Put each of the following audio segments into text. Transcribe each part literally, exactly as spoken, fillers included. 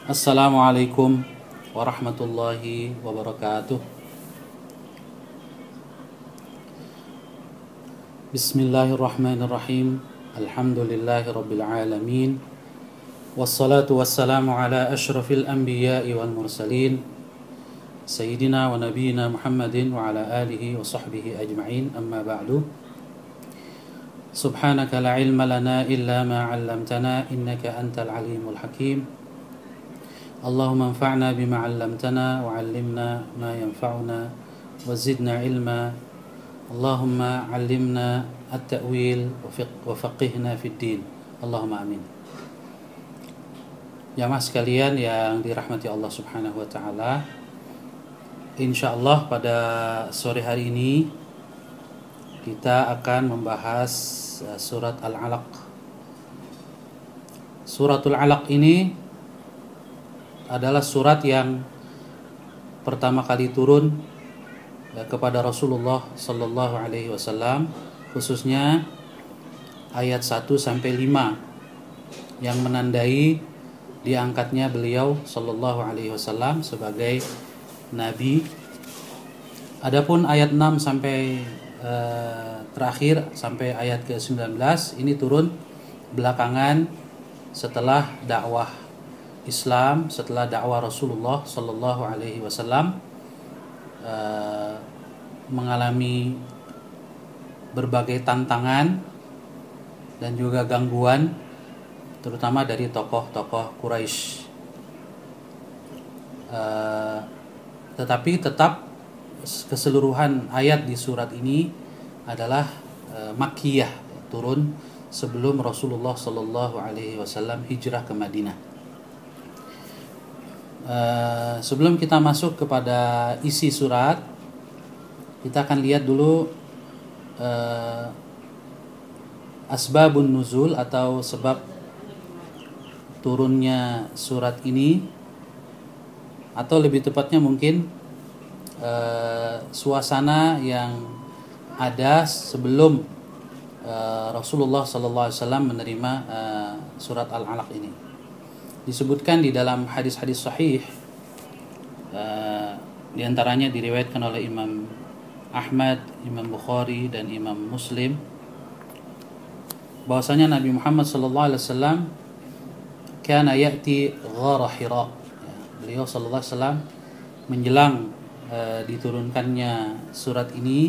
Assalamualaikum warahmatullahi wabarakatuh. Bismillahirrahmanirrahim. Alhamdulillahi rabbil alamin. Wassalatu wassalamu ala ashrafil anbiya'i wal mursalin Sayyidina wa nabiyina Muhammadin wa ala alihi wa sahbihi ajma'in. Amma ba'du. Subhanaka la ilma lana illa ma 'allamtana innaka antal alimul hakim. Allahumma anfa'na bima 'allamtana wa 'allimna ma yanfa'una wa zidna ilma. Allahumma 'allimna at-ta'wil wa faqihna fid din. Allahumma amin. Jamaah sekalian yang dirahmati Allah Subhanahu wa taala, insyaallah pada sore hari ini kita akan membahas surat Al-Alaq. Suratul Alaq ini adalah surat yang pertama kali turun kepada Rasulullah sallallahu alaihi wasallam, khususnya ayat satu sampai lima yang menandai diangkatnya beliau sallallahu alaihi wasallam sebagai nabi. Adapun ayat enam sampai uh, terakhir sampai ayat ke sembilan belas ini turun belakangan setelah dakwah Islam, setelah dakwah Rasulullah sallallahu alaihi wasallam uh, mengalami berbagai tantangan dan juga gangguan, terutama dari tokoh-tokoh Quraisy. Uh, tetapi tetap keseluruhan ayat di surat ini adalah uh, Makkiyah, turun sebelum Rasulullah sallallahu alaihi wasallam hijrah ke Madinah. Uh, sebelum kita masuk kepada isi surat, kita akan lihat dulu uh, asbabun nuzul atau sebab turunnya surat ini, atau lebih tepatnya mungkin uh, suasana yang ada sebelum uh, Rasulullah sallallahu alaihi wasallam menerima uh, surat Al-Alaq ini. Disebutkan di dalam hadis-hadis sahih, uh, di antaranya diriwayatkan oleh Imam Ahmad, Imam Bukhari dan Imam Muslim, bahwasanya Nabi Muhammad sallallahu alaihi wasallam kana ya'ti ghara Hira. Ya, beliau sallallahu alaihi wasallam menjelang uh, diturunkannya surat ini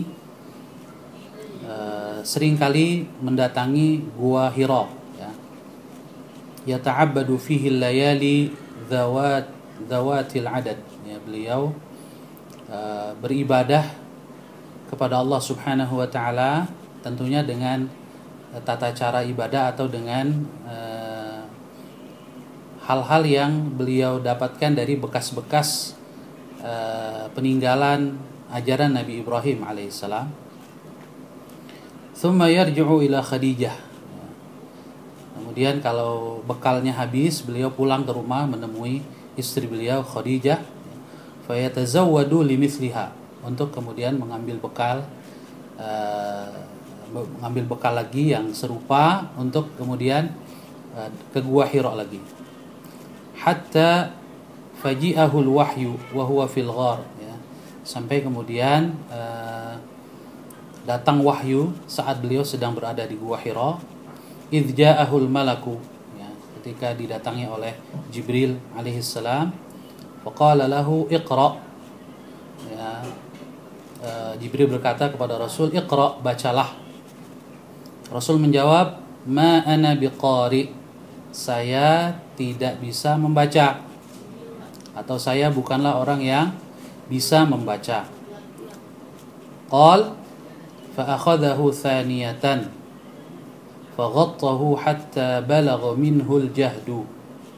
uh, seringkali mendatangi gua Hira. Yata'abbadu fihi al-layali dhawat dhawatil adad. Ya, beliau uh, beribadah kepada Allah Subhanahu wa taala, tentunya dengan uh, tata cara ibadah atau dengan uh, hal-hal yang beliau dapatkan dari bekas-bekas uh, peninggalan ajaran Nabi Ibrahim alaihissalam. Thumma yarji'u ila Khadijah. Kemudian kalau bekalnya habis, beliau pulang ke rumah menemui istri beliau Khadijah, fayatazawwadu limithliha, untuk kemudian mengambil bekal uh, mengambil bekal lagi yang serupa untuk kemudian uh, ke gua Hira lagi. Hatta faji'ahul wahyu wa huwa fil ghar, ya. Sampai kemudian uh, datang wahyu saat beliau sedang berada di gua Hira. Idh ja'ahul malaku, ya, ketika didatangi oleh Jibril alaihissalam, faqala lahu iqra, ya, uh, Jibril berkata kepada Rasul, iqra, bacalah. Rasul menjawab, ma ana biqari, saya tidak bisa membaca, atau saya bukanlah orang yang bisa membaca. Qal fa akhadahu thaniyatan faghattahu hatta balagha minhu al-jahdu.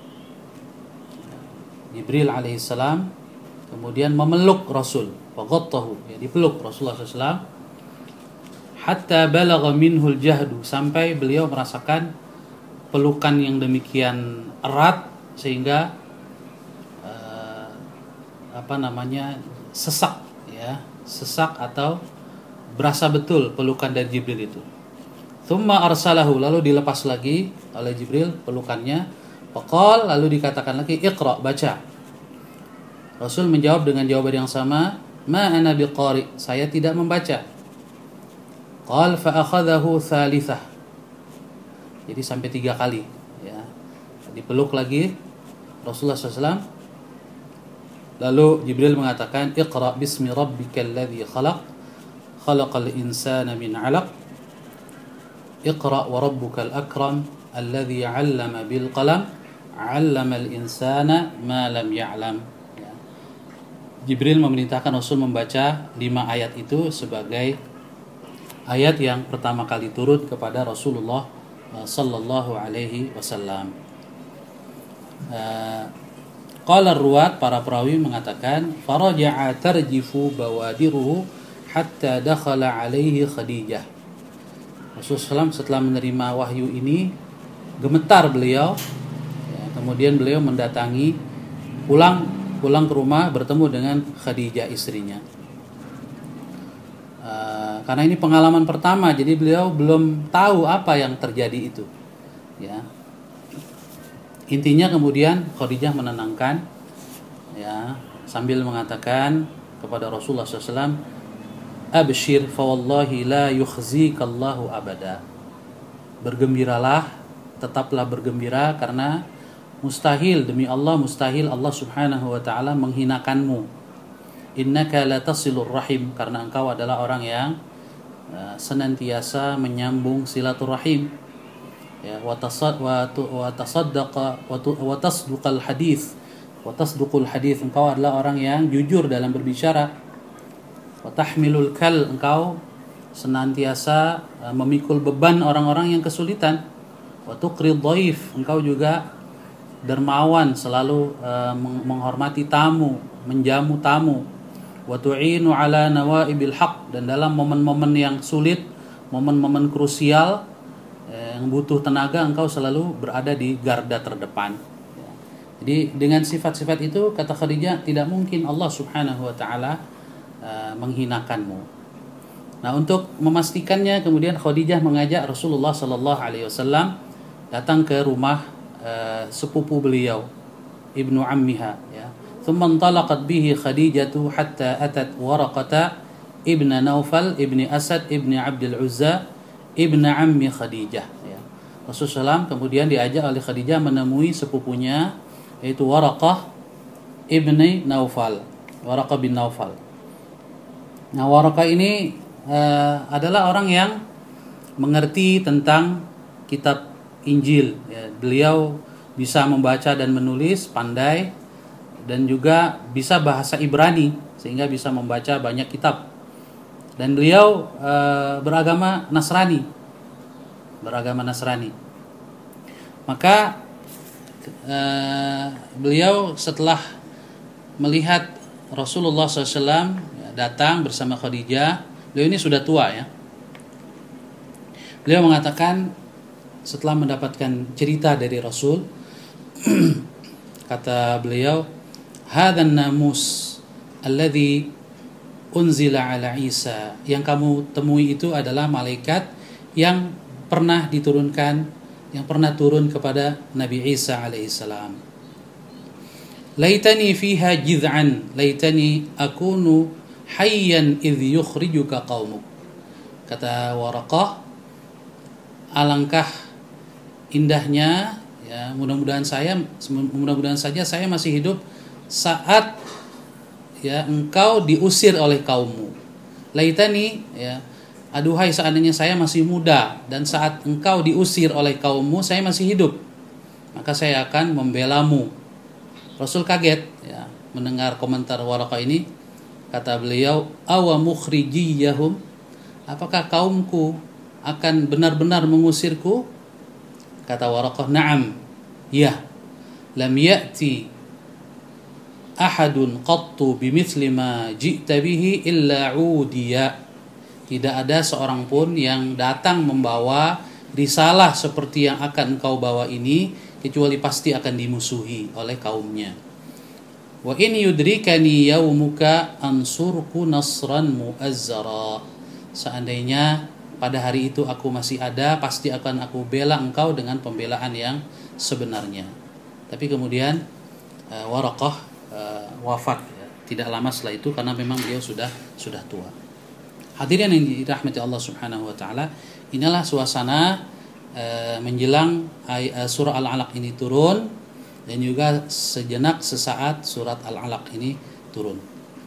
Jibril alaihissalam kemudian memeluk Rasul, faghattahu, ya, dipeluk Rasulullah sallallahu alaihi wasallam, hatta balagha minhu al-jahdu, sampai beliau merasakan pelukan yang demikian erat sehingga uh, apa namanya sesak, ya, sesak atau berasa betul pelukan dari Jibril itu. Thumma arsalahu, lalu dilepas lagi oleh Jibril pelukannya. Faqal, lalu dikatakan lagi, Iqra, baca. Rasul menjawab dengan jawaban yang sama, ma ana biqari, saya tidak membaca. Qal fa akhadahu thalithah, jadi sampai tiga kali, ya. Dipeluk lagi Rasulullah shallallahu alaihi wasallam. Lalu Jibril mengatakan, Iqra bismi rabbikal ladzi khalaq, khalaqal insana min 'alaq, Iqra wa rabbukal akram, alladzi 'allama bil qalam, 'allamal insana ma lam ya'lam. Ya. Jibril memerintahkan Rasul membaca lima ayat itu sebagai ayat yang pertama kali turun kepada Rasulullah sallallahu alaihi wasallam. Qala ar-ruwat, para perawi mengatakan, faraja'a tarjifu bawadiruhu hatta dakhala alaihi Khadijah. Rasulullah sallallahu alaihi wasallam setelah menerima wahyu ini gemetar beliau, ya, kemudian beliau mendatangi, pulang pulang ke rumah bertemu dengan Khadijah istrinya. Uh, karena ini pengalaman pertama, jadi beliau belum tahu apa yang terjadi itu, ya. Intinya kemudian Khadijah menenangkan, ya, sambil mengatakan kepada Rasulullah shallallahu alaihi wasallam, abshir fa wallahi la yukhzikallahu abada. Bergembiralah, tetaplah bergembira, karena mustahil, demi Allah mustahil Allah subhanahu wa ta'ala menghinakanmu. Innaka la tasilur rahim, karena engkau adalah orang yang uh, senantiasa menyambung silaturahim, ya. Wa tasaddaqa wa tasduqal hadis, wa tasduqul hadis, engkau adalah orang yang jujur dalam berbicara. Wa tahmilul kal, engkau senantiasa uh, memikul beban orang-orang yang kesulitan. Wa tuqrid dhaif, engkau juga dermawan, selalu uh, menghormati tamu, menjamu tamu. Wa tu'inu ala nawaibil haq, dan dalam momen-momen yang sulit, momen-momen krusial yang butuh tenaga, engkau selalu berada di garda terdepan. Jadi dengan sifat-sifat itu, kata Khadijah, tidak mungkin Allah subhanahu wa ta'ala uh, menghinakanmu. Nah, untuk memastikannya, kemudian Khadijah mengajak Rasulullah sallallahu alaihi wasallam datang ke rumah uh, sepupu beliau, ibnu ammiha, ya. ثم انطلقت به خديجة حتى أتت ورقة ابن نوفل ابن أسد ابن عبد العزى ابن عم خديجة, ya. Rasulullah shallallahu alaihi wasallam kemudian diajak oleh Khadijah menemui sepupunya, yaitu Waraqah ibni Naufal, Waraqah bin Naufal. Nah, Waraqah ini uh, adalah orang yang mengerti tentang kitab Injil, ya. Beliau bisa membaca dan menulis, pandai, dan juga bisa bahasa Ibrani, sehingga bisa membaca banyak kitab. Dan beliau e, beragama Nasrani, beragama Nasrani. Maka e, beliau setelah melihat Rasulullah shallallahu alaihi wasallam datang bersama Khadijah, beliau ini sudah tua, ya. Beliau mengatakan setelah mendapatkan cerita dari Rasul, kata beliau, Hadan namus alladhi unzila ala Isa, yang kamu temui itu adalah malaikat yang pernah diturunkan, yang pernah turun kepada Nabi Isa alaihissalam. Laitani fiha jid'an, laitani akunu hayyan idh yukhrijuka qaumuk. Kata Waraqah, alangkah indahnya, ya, mudah-mudahan saya mudah-mudahan saja saya masih hidup saat, ya, engkau diusir oleh kaummu. Laitani, ya, aduhai seandainya saya masih muda dan saat engkau diusir oleh kaummu saya masih hidup, maka saya akan membelamu. Rasul kaget, ya, mendengar komentar Waraqah ini. Kata beliau, awa mukhrijiyahum, apakah kaumku akan benar-benar mengusirku? Kata Waraqah, na'am, ya, lam ya'ti ahadun qattu bimithli ma ji'ta bihi illa udiya. Tidak ada seorang pun yang datang membawa risalah seperti yang akan engkau bawa ini, kecuali pasti akan dimusuhi oleh kaumnya. Wa in yudrikani yaumuka ansurku nasran muazzara. Seandainya pada hari itu aku masih ada, pasti akan aku bela engkau dengan pembelaan yang sebenarnya. Tapi kemudian uh, Waraqah uh, wafat ya. Tidak lama setelah itu karena memang beliau sudah sudah tua. Hadirin yang dirahmati Allah Subhanahu wa taala, inilah suasana uh, menjelang uh, surah Al-Alaq ini turun, dan juga sejenak sesaat surat Al-Alaq ini turun.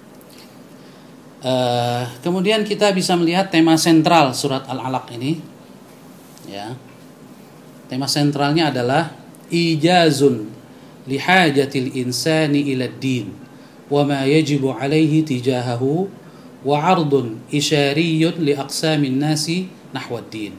Uh, kemudian kita bisa melihat tema sentral surat Al-Alaq ini, ya. Tema sentralnya adalah ijazun lihajatil insani ila din wa ma yajibu alaihi tijahahu wa 'ardun isyariyun li aqsamin nasi nahwa din.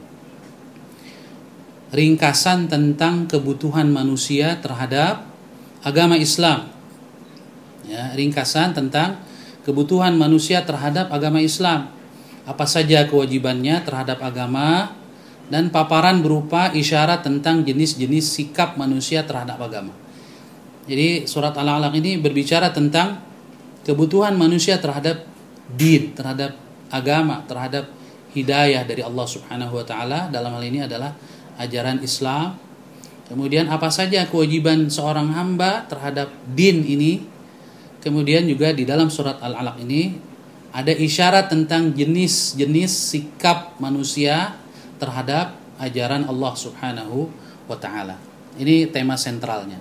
Ringkasan tentang kebutuhan manusia terhadap agama Islam. Ya, ringkasan tentang kebutuhan manusia terhadap agama Islam. Apa saja kewajibannya terhadap agama, dan paparan berupa isyarat tentang jenis-jenis sikap manusia terhadap agama. Jadi surat Al-Alaq ini berbicara tentang kebutuhan manusia terhadap din, terhadap agama, terhadap hidayah dari Allah Subhanahu wa taala. Dalam hal ini adalah ajaran Islam. Kemudian apa saja kewajiban seorang hamba terhadap din ini. Kemudian juga di dalam surat Al-Alaq ini ada isyarat tentang jenis-jenis sikap manusia terhadap ajaran Allah Subhanahu wa taala. Ini tema sentralnya.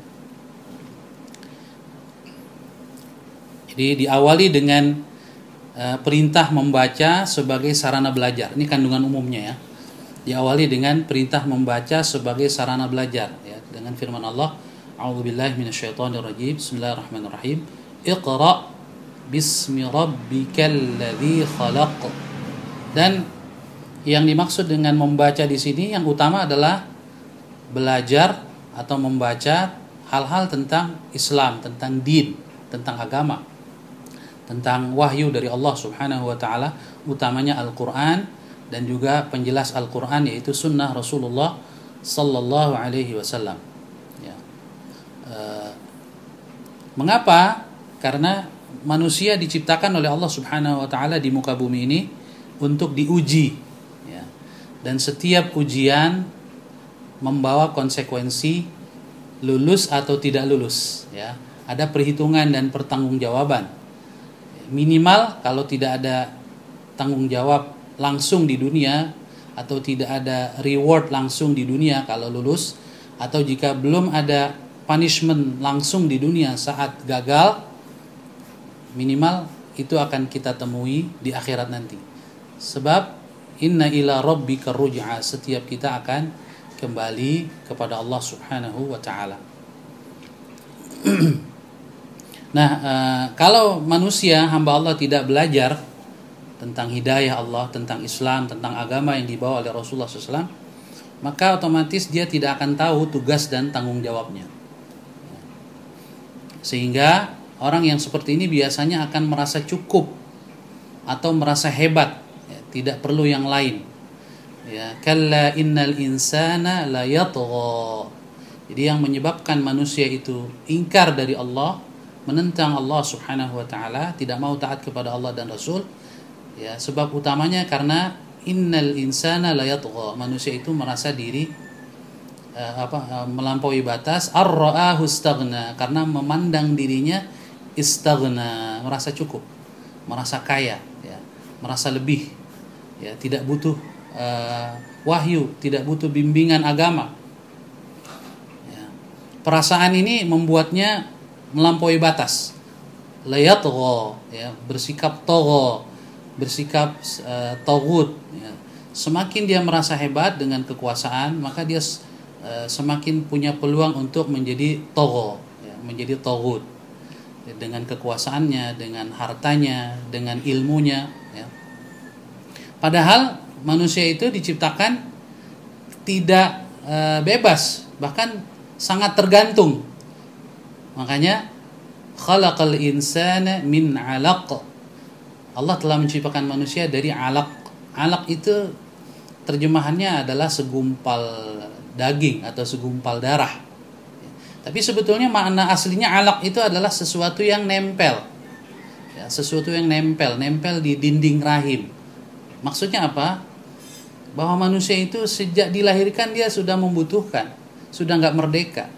Jadi diawali dengan uh, perintah membaca sebagai sarana belajar. Ini kandungan umumnya ya. Diawali dengan perintah membaca sebagai sarana belajar ya, dengan firman Allah, A'udzubillahi minasyaitonirrajim. Bismillahirrahmanirrahim. Iqra bismi rabbikal ladzi khalaq. Dan yang dimaksud dengan membaca di sini yang utama adalah belajar atau membaca hal-hal tentang Islam, tentang din, tentang agama, tentang wahyu dari Allah Subhanahu wa taala, utamanya Al-Qur'an dan juga penjelas Al-Qur'an yaitu sunnah Rasulullah sallallahu alaihi wasallam. Ya. E, mengapa? Karena manusia diciptakan oleh Allah Subhanahu wa taala di muka bumi ini untuk diuji, ya. Dan setiap ujian membawa konsekuensi lulus atau tidak lulus, ya. Ada perhitungan dan pertanggungjawaban. Minimal kalau tidak ada tanggung jawab langsung di dunia, atau tidak ada reward langsung di dunia kalau lulus, atau jika belum ada punishment langsung di dunia saat gagal, minimal itu akan kita temui di akhirat nanti. Sebab inna ila rabbika ruj'a, setiap kita akan kembali kepada Allah Subhanahu wa taala. Nah, uh, kalau manusia hamba Allah tidak belajar tentang hidayah Allah, tentang Islam, tentang agama yang dibawa oleh Rasulullah shallallahu alaihi wasallam, maka otomatis dia tidak akan tahu tugas dan tanggung jawabnya. Sehingga orang yang seperti ini biasanya akan merasa cukup atau merasa hebat, ya, tidak perlu yang lain. Ya, kalla innal insana la yatgha. Jadi yang menyebabkan manusia itu ingkar dari Allah, menentang Allah Subhanahu wa taala, tidak mau taat kepada Allah dan Rasul, ya, sebab utamanya karena innal insana la yatgha, manusia itu merasa diri uh, apa uh, melampaui batas, ar-ra'ahu istaghna, karena memandang dirinya istaghna, merasa cukup, merasa kaya, ya, merasa lebih, ya, tidak butuh uh, wahyu, tidak butuh bimbingan agama. Ya. Perasaan ini membuatnya melampaui batas, la yatgha, ya, bersikap tagha, bersikap uh, taghut, ya. Semakin dia merasa hebat dengan kekuasaan, maka dia uh, semakin punya peluang untuk menjadi tagha, ya, menjadi taghut, ya, dengan kekuasaannya, dengan hartanya, dengan ilmunya, ya. Padahal manusia itu diciptakan tidak uh, bebas, bahkan sangat tergantung. Makanya khalaqal insana min 'alaq. Allah telah menciptakan manusia dari 'alaq. 'Alaq itu terjemahannya adalah segumpal daging atau segumpal darah. Tapi sebetulnya makna aslinya 'alaq itu adalah sesuatu yang nempel. Ya, sesuatu yang nempel, nempel di dinding rahim. Maksudnya apa? Bahwa manusia itu sejak dilahirkan dia sudah membutuhkan, sudah enggak merdeka.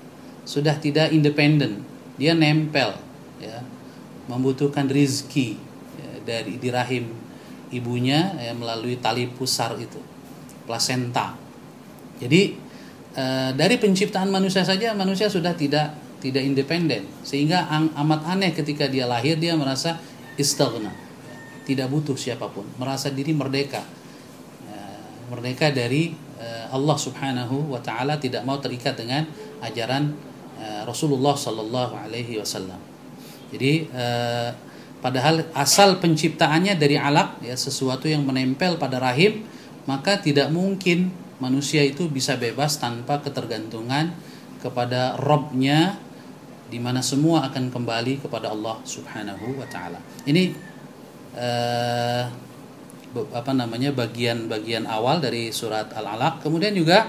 sudah tidak independen, dia nempel, ya, membutuhkan rizki, ya, dari di rahim ibunya, ya, melalui tali pusar itu, plasenta. Jadi e, dari penciptaan manusia saja manusia sudah tidak tidak independen, sehingga ang, amat aneh ketika dia lahir dia merasa istaghna, ya, tidak butuh siapapun, merasa diri merdeka, ya, merdeka dari e, Allah Subhanahu wa taala, tidak mau terikat dengan ajaran e, Rasulullah sallallahu alaihi wasallam. Jadi e, padahal asal penciptaannya dari alaq, ya, sesuatu yang menempel pada rahim, maka tidak mungkin manusia itu bisa bebas tanpa ketergantungan kepada Rabb-nya, di mana semua akan kembali kepada Allah Subhanahu wa taala. Ini eh, apa namanya bagian-bagian awal dari surat Al-Alaq. Kemudian juga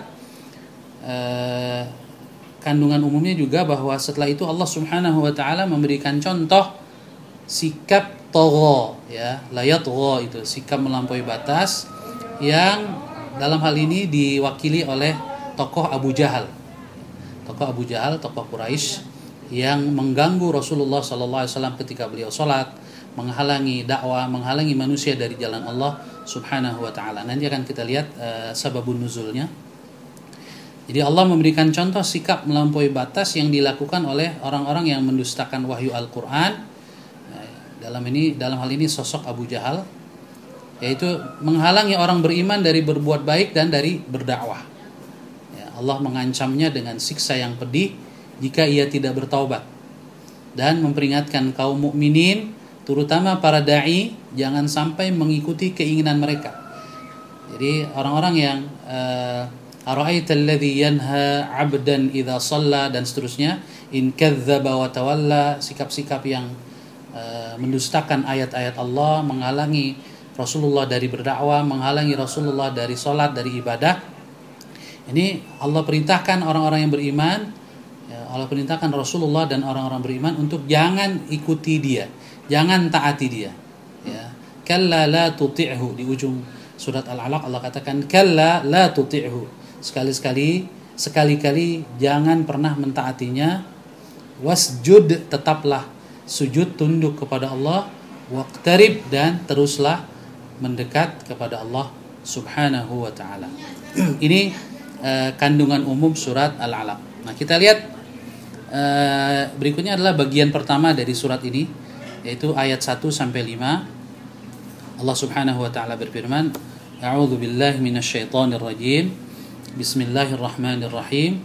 eh, kandungan umumnya juga bahwa setelah itu Allah Subhanahu wa taala memberikan contoh sikap tagha, ya, la yatgha, itu sikap melampaui batas, yang dalam hal ini diwakili oleh tokoh Abu Jahal. Tokoh Abu Jahal, tokoh Quraisy yang mengganggu Rasulullah sallallahu alaihi wasallam ketika beliau salat, menghalangi dakwah, menghalangi manusia dari jalan Allah Subhanahu wa taala. Nanti akan kita lihat uh, sababun nuzulnya. Jadi Allah memberikan contoh sikap melampaui batas yang dilakukan oleh orang-orang yang mendustakan wahyu Al-Qur'an. Dalam ini dalam hal ini sosok Abu Jahal, yaitu menghalangi orang beriman dari berbuat baik dan dari berdakwah. Ya, Allah mengancamnya dengan siksa yang pedih jika ia tidak bertaubat, dan memperingatkan kaum mukminin, terutama para dai, jangan sampai mengikuti keinginan mereka. Jadi orang-orang yang ara'aital ladzi yanha 'abdan idza shalla dan seterusnya, in kadzdzaba wa tawalla, sikap-sikap yang uh, mendustakan ayat-ayat Allah, menghalangi Rasulullah dari berdakwah, menghalangi Rasulullah dari sholat, dari ibadah. Ini Allah perintahkan orang-orang yang beriman, ya, Allah perintahkan Rasulullah dan orang-orang beriman untuk jangan ikuti dia, jangan taati dia. Ya. Kalla la tuti'hu, di ujung surat Al-Alaq Allah katakan kalla la tuti'hu, sekali-sekali, sekali-kali jangan pernah mentaatinya. Wasjud, tetaplah sujud tunduk kepada Allah. Waqtarib, dan teruslah mendekat kepada Allah Subhanahu wa taala. Ini uh, kandungan umum surat Al-Alaq. Nah, kita lihat uh, berikutnya adalah bagian pertama dari surat ini, yaitu ayat satu sampai lima. Allah Subhanahu wa taala berfirman, A'udzu billahi minasyaitonir rajim. Bismillahirrahmanirrahim.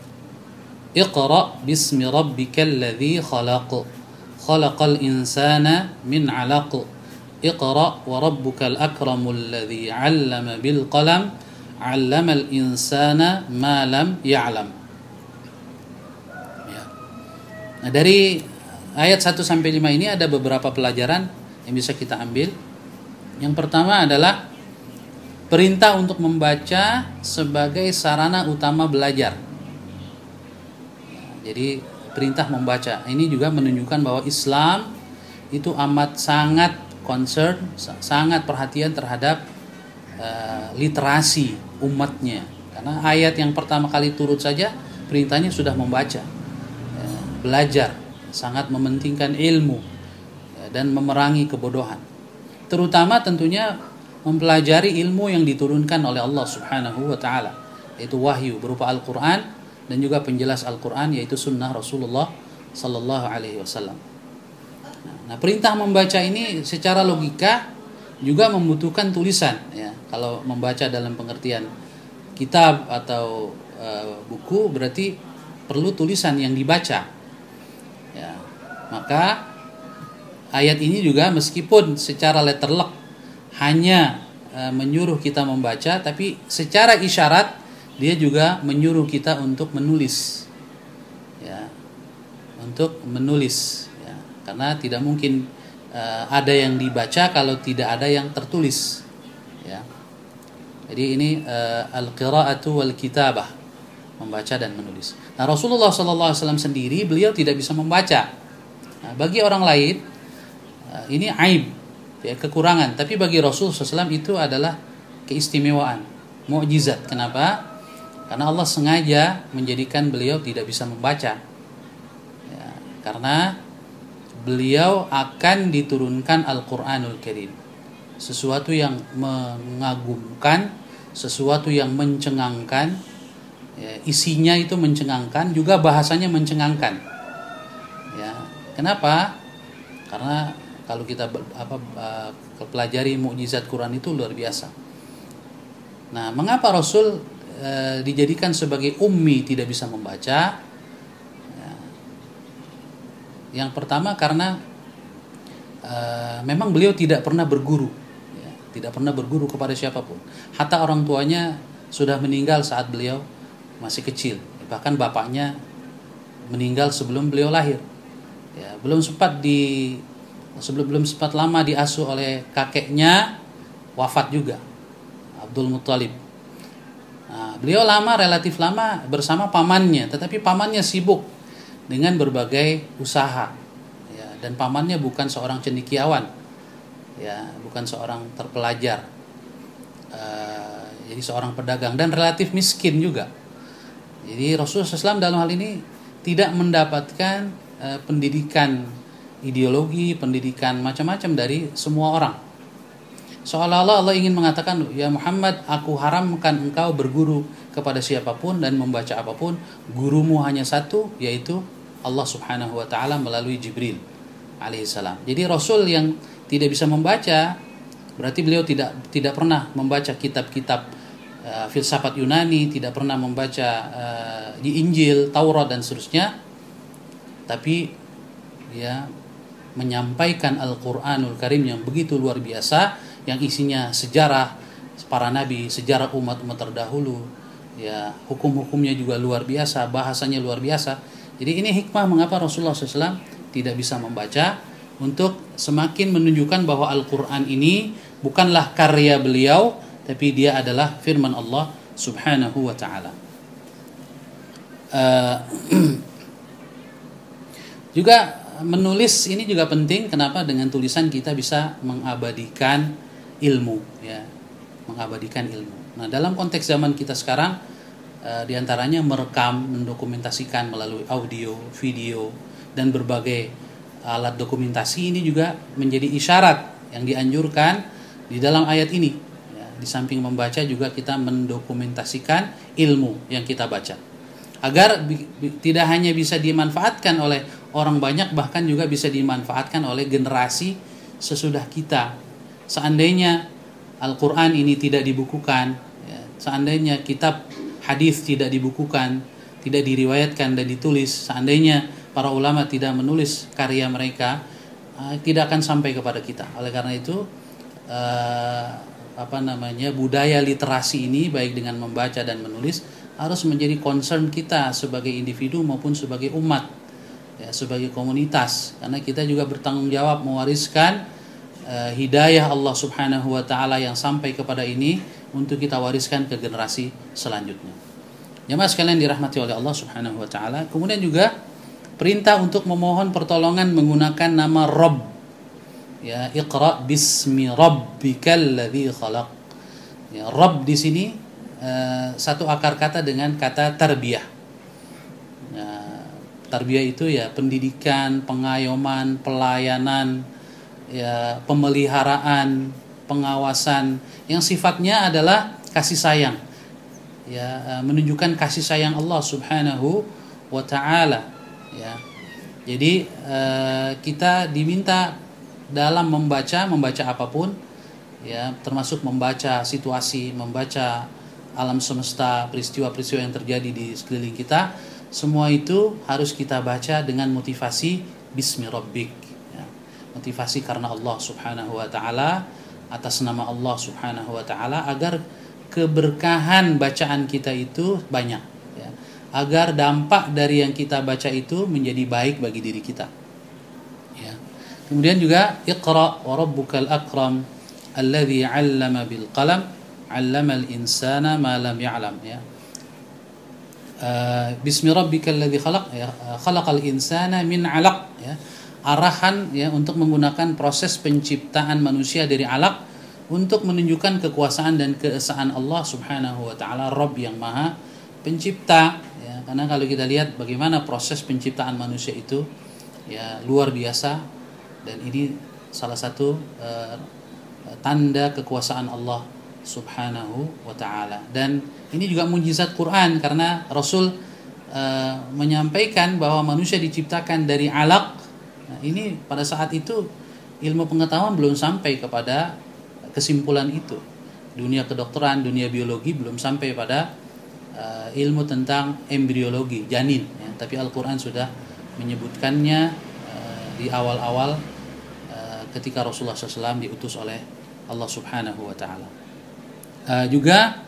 Iqra bismi rabbikal ladzi khalaq. Khalaqal insana min 'alaq. Iqra wa rabbukal akramul ladzi 'allama bil qalam 'allamal insana ma lam ya'lam. Ya. Nah, dari ayat satu sampai lima ini ada beberapa pelajaran yang bisa kita ambil. Yang pertama adalah perintah untuk membaca sebagai sarana utama belajar. Ya, jadi perintah membaca ini juga menunjukkan bahwa Islam itu amat sangat concern, sangat perhatian terhadap uh, literasi umatnya. Karena ayat yang pertama kali turun saja perintahnya sudah membaca, uh, belajar, sangat mementingkan ilmu, uh, dan memerangi kebodohan. Terutama tentunya mempelajari ilmu yang diturunkan oleh Allah Subhanahu wa taala, yaitu wahyu berupa Al-Qur'an dan juga penjelas Al-Qur'an, yaitu sunnah Rasulullah sallallahu alaihi wasallam. Nah, perintah membaca ini secara logika juga membutuhkan tulisan, ya. Kalau membaca dalam pengertian kitab atau e, buku berarti perlu tulisan yang dibaca. Ya. Maka ayat ini juga meskipun secara letterlock hanya e, menyuruh kita membaca, tapi secara isyarat dia juga menyuruh kita untuk menulis. Ya. Untuk menulis. Karena tidak mungkin uh, ada yang dibaca kalau tidak ada yang tertulis, ya. Jadi ini uh, al-qira'atu wal kitabah, membaca dan menulis. Nah, Rasulullah sallallahu alaihi wasallam sendiri beliau tidak bisa membaca. Nah, bagi orang lain uh, ini aib, ya, kekurangan. Tapi bagi Rasulullah sallallahu alaihi wasallam itu adalah keistimewaan, mukjizat. Kenapa? Karena Allah sengaja menjadikan beliau tidak bisa membaca. Karena beliau akan diturunkan Al-Qur'anul Karim, sesuatu yang mengagumkan, sesuatu yang mencengangkan, ya, isinya itu mencengangkan, juga bahasanya mencengangkan. Ya, kenapa? Karena kalau kita apa uh, pelajari mukjizat Quran itu luar biasa. Nah, mengapa Rasul uh, dijadikan sebagai ummi, tidak bisa membaca? Ya, yang pertama karena uh, memang beliau tidak pernah berguru, ya, tidak pernah berguru kepada siapapun. Hatta orang tuanya sudah meninggal saat beliau masih kecil, bahkan bapaknya meninggal sebelum beliau lahir. Ya, belum sempat di sebelum belum sempat lama diasuh oleh kakeknya, wafat juga, Abdul Muttalib. Nah, beliau lama relatif lama bersama pamannya, tetapi pamannya sibuk dengan berbagai usaha, ya, dan pamannya bukan seorang cendekiawan, ya, bukan seorang terpelajar, uh, jadi seorang pedagang dan relatif miskin juga. Jadi Rasulullah shallallahu alaihi wasallam dalam hal ini tidak mendapatkan uh, pendidikan ideologi, pendidikan macam-macam dari semua orang. Seolah-olah Allah ingin mengatakan, ya Muhammad, aku haramkan engkau berguru kepada siapapun dan membaca apapun. Gurumu hanya satu, yaitu Allah subhanahu wa ta'ala melalui Jibril alaihissalam. Jadi Rasul yang tidak bisa membaca, berarti beliau tidak tidak pernah membaca kitab-kitab uh, filsafat Yunani, tidak pernah membaca uh, di Injil, Taurat dan seterusnya. Tapi ya menyampaikan Al-Qur'anul Karim yang begitu luar biasa, yang isinya sejarah para nabi, sejarah umat-umat terdahulu, ya, hukum-hukumnya juga luar biasa, bahasanya luar biasa. Jadi ini hikmah mengapa Rasulullah shallallahu alaihi wasallam tidak bisa membaca, untuk semakin menunjukkan bahwa Al-Qur'an ini bukanlah karya beliau, tapi dia adalah firman Allah subhanahu wa ta'ala. Uh, juga menulis ini juga penting. Kenapa? Dengan tulisan kita bisa mengabadikan ilmu, ya, mengabadikan ilmu. Nah, dalam konteks zaman kita sekarang, e, diantaranya merekam, mendokumentasikan melalui audio, video, dan berbagai alat dokumentasi, ini juga menjadi isyarat yang dianjurkan di dalam ayat ini. Ya, di samping membaca juga kita mendokumentasikan ilmu yang kita baca, agar bi- bi- tidak hanya bisa dimanfaatkan oleh orang banyak, bahkan juga bisa dimanfaatkan oleh generasi sesudah kita. Seandainya Al-Quran ini tidak dibukukan, ya, seandainya kitab hadis tidak dibukukan, tidak diriwayatkan dan ditulis, seandainya para ulama tidak menulis karya mereka, uh, tidak akan sampai kepada kita. Oleh karena itu, uh, apa namanya budaya literasi ini, baik dengan membaca dan menulis, harus menjadi concern kita sebagai individu maupun sebagai umat, ya, sebagai komunitas, karena kita juga bertanggung jawab mewariskan uh, hidayah Allah subhanahu wa ta'ala yang sampai kepada ini untuk kita wariskan ke generasi selanjutnya. Jemaah sekalian dirahmati oleh Allah subhanahu wa ta'ala. Kemudian juga perintah untuk memohon pertolongan menggunakan nama Rabb, ya, Iqra bismi rabbikal ladzi khalaq. Ya, Rabb di sini uh, satu akar kata dengan kata tarbiyah. Ya, tarbiyah itu ya pendidikan, pengayoman, pelayanan, ya, pemeliharaan, pengawasan yang sifatnya adalah kasih sayang, ya, menunjukkan kasih sayang Allah subhanahu wa ta'ala, ya. Jadi eh, kita diminta dalam membaca membaca apapun, ya, termasuk membaca situasi, membaca alam semesta, peristiwa-peristiwa yang terjadi di sekeliling kita. Semua itu harus kita baca dengan motivasi bismi rabbik, ya. Motivasi karena Allah subhanahu wa ta'ala, atas nama Allah subhanahu wa ta'ala, agar keberkahan bacaan kita itu banyak, ya. Agar dampak dari yang kita baca itu menjadi baik bagi diri kita, ya. Kemudian juga Iqra wa rabbukal akram alladzi 'allama bil qalam 'allamal insana ma lam ya'lam, ya. Uh, bismi rabbikal ladzi khalaq, ya, khalaqal insana min 'alaq, ya. Arahan, ya, untuk menggunakan proses penciptaan manusia dari alaq untuk menunjukkan kekuasaan dan keesaan Allah subhanahu wa ta'ala, Rabb yang maha pencipta, ya. Karena kalau kita lihat bagaimana proses penciptaan manusia itu, ya luar biasa, dan ini salah satu uh, tanda kekuasaan Allah Subhanahu wa taala. Dan ini juga mukjizat Quran, karena Rasul uh, menyampaikan bahwa manusia diciptakan dari alaq. Nah, ini pada saat itu ilmu pengetahuan belum sampai kepada kesimpulan itu. Dunia kedokteran, dunia biologi belum sampai pada uh, ilmu tentang embriologi, janin, ya. Tapi Al-Quran sudah menyebutkannya uh, di awal-awal uh, ketika Rasulullah shallallahu alaihi wasallam diutus oleh Allah Subhanahu wa taala. Uh, juga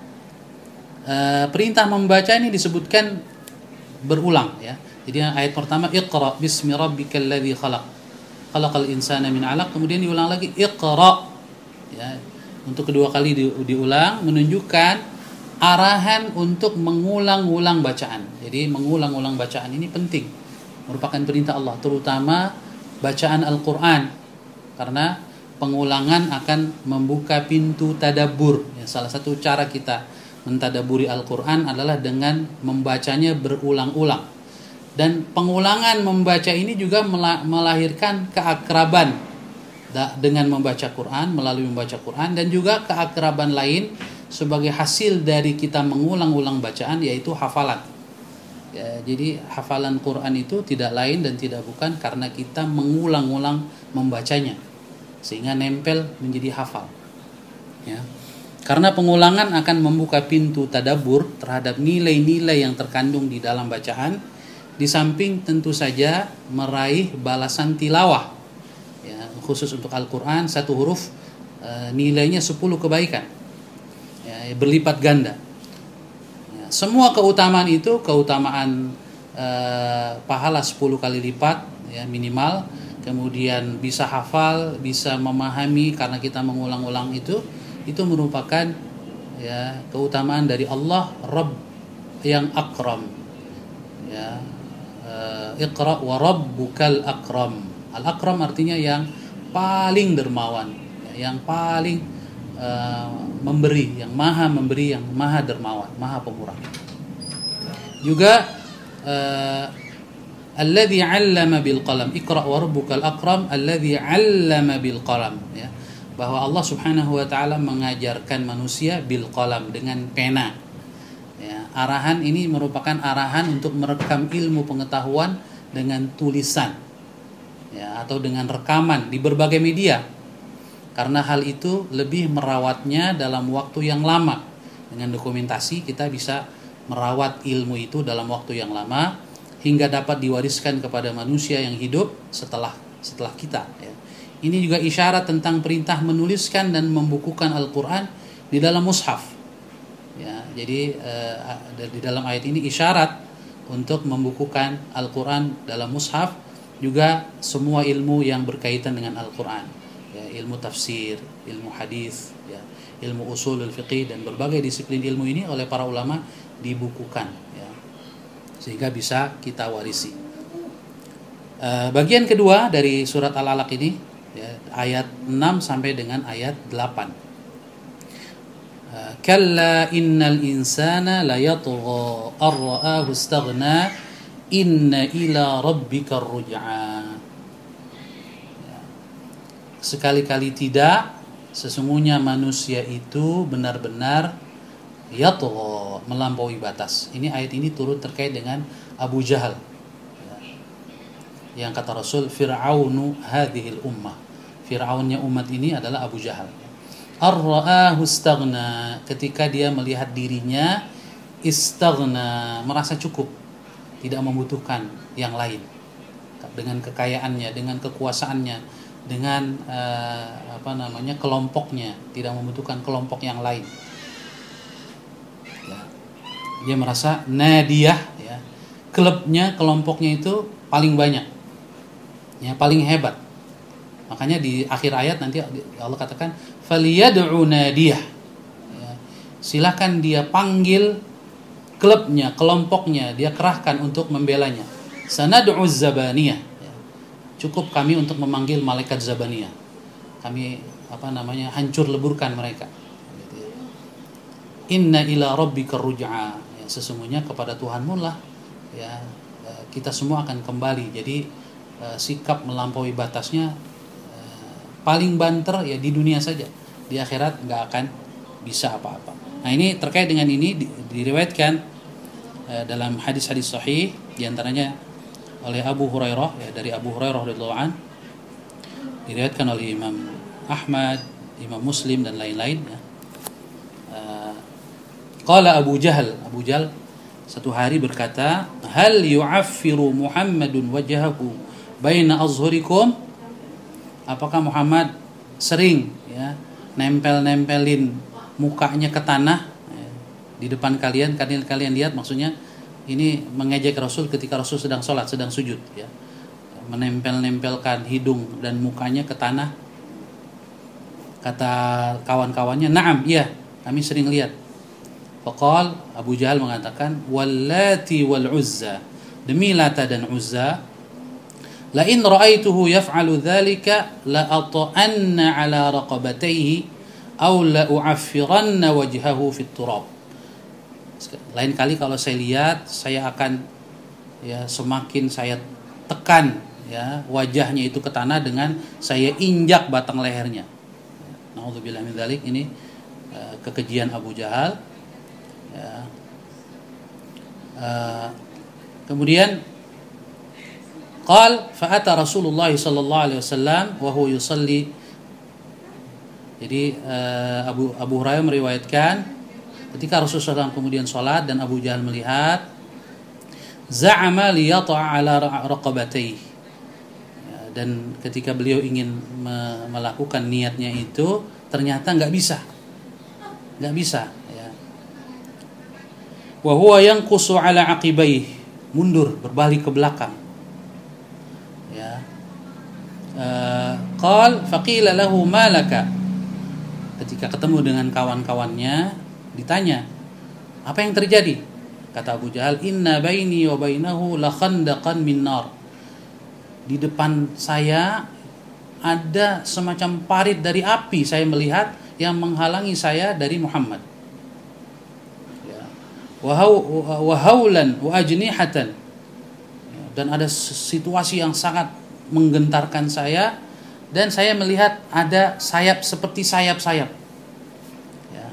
uh, perintah membaca ini disebutkan berulang, ya. Jadi ayat pertama Iqra bismi rabbikal ladzi khalaq khalaqal insana min 'alaq, kemudian diulang lagi Iqra, ya. Untuk kedua kali di, diulang menunjukkan arahan untuk mengulang-ulang bacaan. Jadi mengulang-ulang bacaan ini penting, merupakan perintah Allah, terutama bacaan Al-Quran, karena pengulangan akan membuka pintu tadabbur. Ya, salah satu cara kita mentadaburi Al-Quran adalah dengan membacanya berulang-ulang. Dan pengulangan membaca ini juga melahirkan keakraban dengan membaca Quran, melalui membaca Quran, dan juga keakraban lain sebagai hasil dari kita mengulang-ulang bacaan, yaitu hafalan. Ya, jadi hafalan Quran itu tidak lain dan tidak bukan karena kita mengulang-ulang membacanya, sehingga nempel menjadi hafal. Ya. Karena pengulangan akan membuka pintu tadabbur terhadap nilai-nilai yang terkandung di dalam bacaan, di samping tentu saja meraih balasan tilawah. Ya, khusus untuk Al-Quran satu huruf e, nilainya sepuluh kebaikan, ya, berlipat ganda. Ya, semua keutamaan itu keutamaan e, pahala sepuluh kali lipat, ya, minimal. Kemudian bisa hafal, bisa memahami karena kita mengulang-ulang itu, itu merupakan, ya, keutamaan dari Allah Rabb yang akram. Ya, e, Iqra wa rabbukal akram. Al-Akram artinya yang paling dermawan, yang paling uh, memberi, yang maha memberi, yang maha dermawan, maha pemurah. Juga uh, alladzi 'allama bil qalam, Iqra wa rabbukal akram alladzi 'allama bil qalam, ya. Bahwa Allah Subhanahu wa taala mengajarkan manusia bil qalam, dengan pena. Ya, arahan ini merupakan arahan untuk merekam ilmu pengetahuan dengan tulisan, ya, atau dengan rekaman di berbagai media, karena hal itu lebih merawatnya dalam waktu yang lama. Dengan dokumentasi kita bisa merawat ilmu itu dalam waktu yang lama hingga dapat diwariskan kepada manusia yang hidup setelah setelah kita, ya. Ini juga isyarat tentang perintah menuliskan dan membukukan Al-Quran di dalam mushaf, ya. Jadi uh, di dalam ayat ini isyarat untuk membukukan Al-Quran dalam mushaf. Juga semua ilmu yang berkaitan dengan Al-Quran, ya, ilmu tafsir, ilmu hadis, ya, ilmu usulul fiqih, dan berbagai disiplin ilmu ini oleh para ulama dibukukan, ya, sehingga bisa kita warisi. Uh, bagian kedua dari surat Al-Alaq ini, ya, ayat enam sampai dengan ayat delapan. Uh, Kalla innal insana layatgha ar-ra'ahu istaghna inna ila rabbika ruj'a. Ya. Sekali-kali tidak, sesungguhnya manusia itu benar-benar yatgha, melampaui batas. Ini ayat ini turut terkait dengan Abu Jahal, ya, yang kata Rasul Fir'aunu hadhil ummah. Fir'aunnya umat ini adalah Abu Jahal. Ar-ra'ahu istaghna, ketika dia melihat dirinya istaghna, merasa cukup, tidak membutuhkan yang lain, dengan kekayaannya, dengan kekuasaannya, dengan uh, apa namanya kelompoknya, tidak membutuhkan kelompok yang lain. Ya. Dia merasa nadiyah, ya, klubnya, kelompoknya itu paling banyak, ya, paling hebat. Makanya di akhir ayat nanti Allah katakan faliyad'u nadiyah, ya, silakan dia panggil klubnya, kelompoknya, dia kerahkan untuk membelanya. Sanad'uz zabaniyah, ya. Cukup kami untuk memanggil malaikat zabaniyah. Kami apa namanya hancur leburkan mereka. Gitu, ya. Inna ila rabbika ruj'a, ya, sesungguhnya kepada Tuhanmu lah, ya, kita semua akan kembali. Jadi uh, sikap melampaui batasnya uh, paling banter ya di dunia saja, di akhirat nggak akan bisa apa-apa. Nah ini terkait dengan ini di, diriwayatkan uh, dalam hadis-hadis sahih, diantaranya oleh Abu Hurairah, ya, dari Abu Hurairah radhiyallahu an, diriwayatkan oleh Imam Ahmad, Imam Muslim dan lain-lain. Ya. Uh, Qala Abu Jahal, Abu Jahal satu hari berkata, hal yu'affiru Muhammadun wajhahu baina azhurikum? Apakah Muhammad sering ya nempel-nempelin mukanya ke tanah ya, di depan kalian? Kalian kalian lihat, maksudnya ini mengejek Rasul ketika Rasul sedang sholat, sedang sujud ya. Menempel-nempelkan hidung dan mukanya ke tanah. Kata kawan-kawannya, "Na'am, iya, kami sering lihat." Faqal, Abu Jahal mengatakan, "Wallati wal Uzza, demi Lata dan Uzza, la in ra'aituhu yaf'alu dzalika la ata'anna 'ala raqabatayhi aw la u'affiranna wajhahu fit turab." Lain kali kalau saya lihat, saya akan ya semakin saya tekan ya wajahnya itu ke tanah dengan saya injak batang lehernya. Nauzubillah min dzalik. Ini uh, kekejian Abu Jahal. Ya. Uh, kemudian qal fa'ata Rasulullah sallallahu alaihi wasallam wa huwa yusalli. Jadi uh, Abu Abu Hurairah meriwayatkan ketika Rasulullah shallallahu alaihi wasallam kemudian salat dan Abu Jahal melihat, za'ama liyata'a ala raqabatayhi. Ya, dan ketika beliau ingin me- melakukan niatnya itu ternyata enggak bisa. Enggak bisa. Wa huwa yanqusu ala aqibayhi, mundur, berbalik ke belakang. Ya. Uh, qal faqila lahu ma laka. Ketika ketemu dengan kawan-kawannya ditanya, "Apa yang terjadi?" Kata Abu Jahal, "Inna baini wa bainahu la khandaqan min nar." Di depan saya ada semacam parit dari api, saya melihat, yang menghalangi saya dari Muhammad. Wahaulan wa ajnihatan, dan ada situasi yang sangat menggentarkan saya, dan saya melihat ada sayap seperti sayap-sayap. Ya.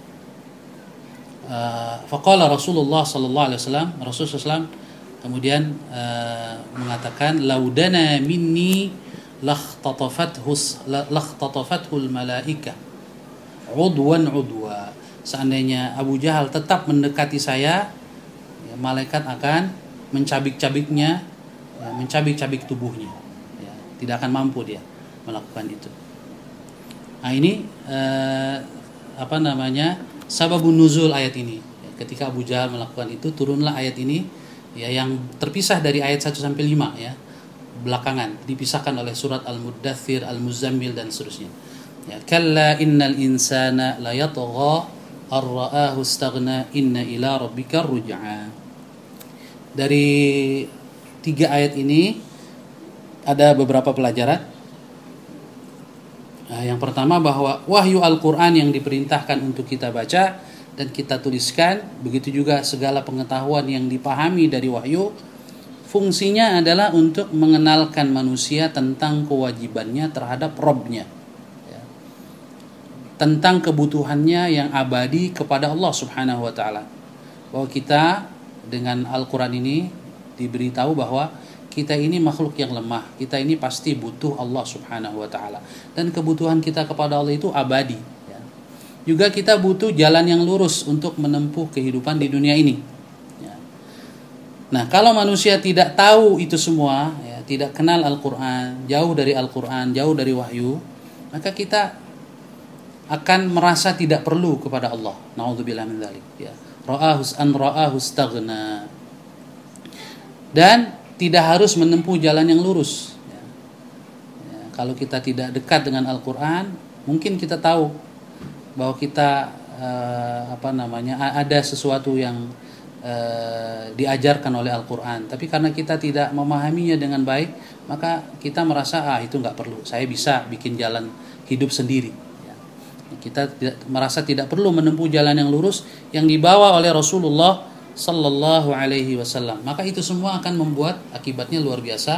Uh, faqala Rasulullah sallallahu alaihi wasallam, Rasulullah sallallahu alaihi wasallam kemudian uh, mengatakan, laudana minni lakhtatafathu lakhtatafathu al-malaika udwan udwa. Seandainya Abu Jahal tetap mendekati saya, ya, malaikat akan mencabik-cabiknya, ya, mencabik-cabik tubuhnya, ya, tidak akan mampu dia melakukan itu. Nah ini eh, apa namanya sababun nuzul ayat ini. Ya, ketika Abu Jahal melakukan itu, turunlah ayat ini, ya, yang terpisah dari ayat satu sampai lima, ya, belakangan dipisahkan oleh surat Al-Muddathir, Al-Muzammil dan seterusnya. Ya, kalla innal insana la yatgha ar-ra'ahu istaghna inna ila rabbika ruj'a. Dari tiga ayat ini ada beberapa pelajaran. Nah, yang pertama bahwa wahyu Al-Qur'an yang diperintahkan untuk kita baca dan kita tuliskan, begitu juga segala pengetahuan yang dipahami dari wahyu, fungsinya adalah untuk mengenalkan manusia tentang kewajibannya terhadap Rabb-nya, tentang kebutuhannya yang abadi kepada Allah Subhanahu wa taala. Bahwa kita dengan Al-Qur'an ini diberitahu bahwa kita ini makhluk yang lemah, kita ini pasti butuh Allah Subhanahu wa taala, dan kebutuhan kita kepada Allah itu abadi, ya. Juga kita butuh jalan yang lurus untuk menempuh kehidupan di dunia ini, ya. Nah, kalau manusia tidak tahu itu semua, ya, tidak kenal Al-Qur'an, jauh dari Al-Qur'an, jauh dari wahyu, maka kita akan merasa tidak perlu kepada Allah. Nauzubillah min dzalik, ya. Ra'ahus an ra'ahus istaghna. Dan tidak harus menempuh jalan yang lurus, ya. Ya, kalau kita tidak dekat dengan Al-Qur'an, mungkin kita tahu bahwa kita uh, apa namanya ada sesuatu yang uh, diajarkan oleh Al-Qur'an, tapi karena kita tidak memahaminya dengan baik, maka kita merasa ah itu enggak perlu, saya bisa bikin jalan hidup sendiri. Kita tidak, merasa tidak perlu menempuh jalan yang lurus yang dibawa oleh Rasulullah sallallahu alaihi wasallam. Maka itu semua akan membuat akibatnya luar biasa,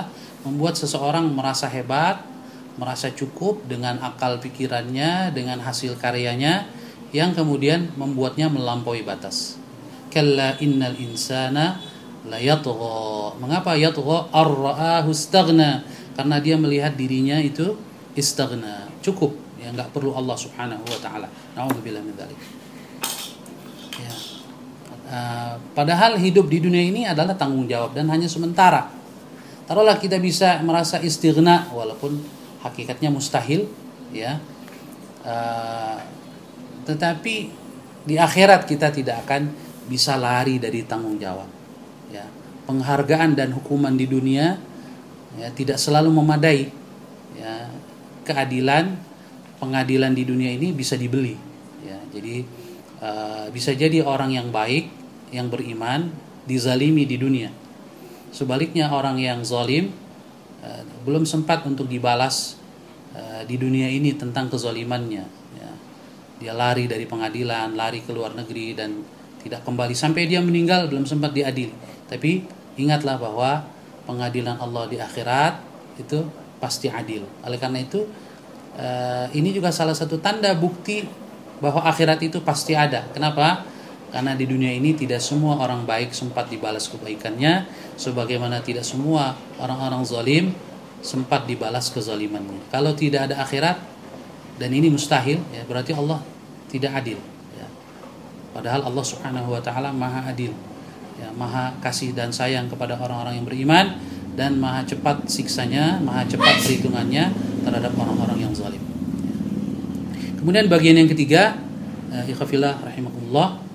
membuat seseorang merasa hebat, merasa cukup dengan akal pikirannya, dengan hasil karyanya, yang kemudian membuatnya melampaui batas. Kalla innal insana la yatgha. Mengapa yatgha? Ar-ra'ahu istaghna. Karena dia melihat dirinya itu istaghna, cukup, ya enggak perlu Allah Subhanahu wa taala. Nauzubillah min dzalik. Ya. Uh, padahal hidup di dunia ini adalah tanggung jawab dan hanya sementara. Taruhlah kita bisa merasa istighna walaupun hakikatnya mustahil, ya. Uh, tetapi di akhirat kita tidak akan bisa lari dari tanggung jawab. Ya. Penghargaan dan hukuman di dunia, ya, tidak selalu memadai. Ya. Keadilan, pengadilan di dunia ini bisa dibeli. Ya. Jadi uh, bisa jadi orang yang baik, yang beriman dizalimi di dunia. Sebaliknya orang yang zalim uh, belum sempat untuk dibalas uh, di dunia ini tentang kezalimannya. Ya. Dia lari dari pengadilan, lari ke luar negeri dan tidak kembali sampai dia meninggal, belum sempat diadili. Tapi ingatlah bahwa pengadilan Allah di akhirat itu pasti adil. Oleh karena itu uh, ini juga salah satu tanda bukti bahwa akhirat itu pasti ada. Kenapa? Karena di dunia ini tidak semua orang baik sempat dibalas kebaikannya, sebagaimana tidak semua orang-orang zalim sempat dibalas kezalimannya. Kalau tidak ada akhirat, dan ini mustahil, ya, berarti Allah tidak adil. Ya. Padahal Allah Subhanahu wa taala Maha Adil, ya, Maha kasih dan sayang kepada orang-orang yang beriman, dan Maha cepat siksanya, Maha cepat perhitungannya terhadap orang-orang yang zalim. Ya. Kemudian bagian yang ketiga, uh, ikhwafillah rahimakumullah,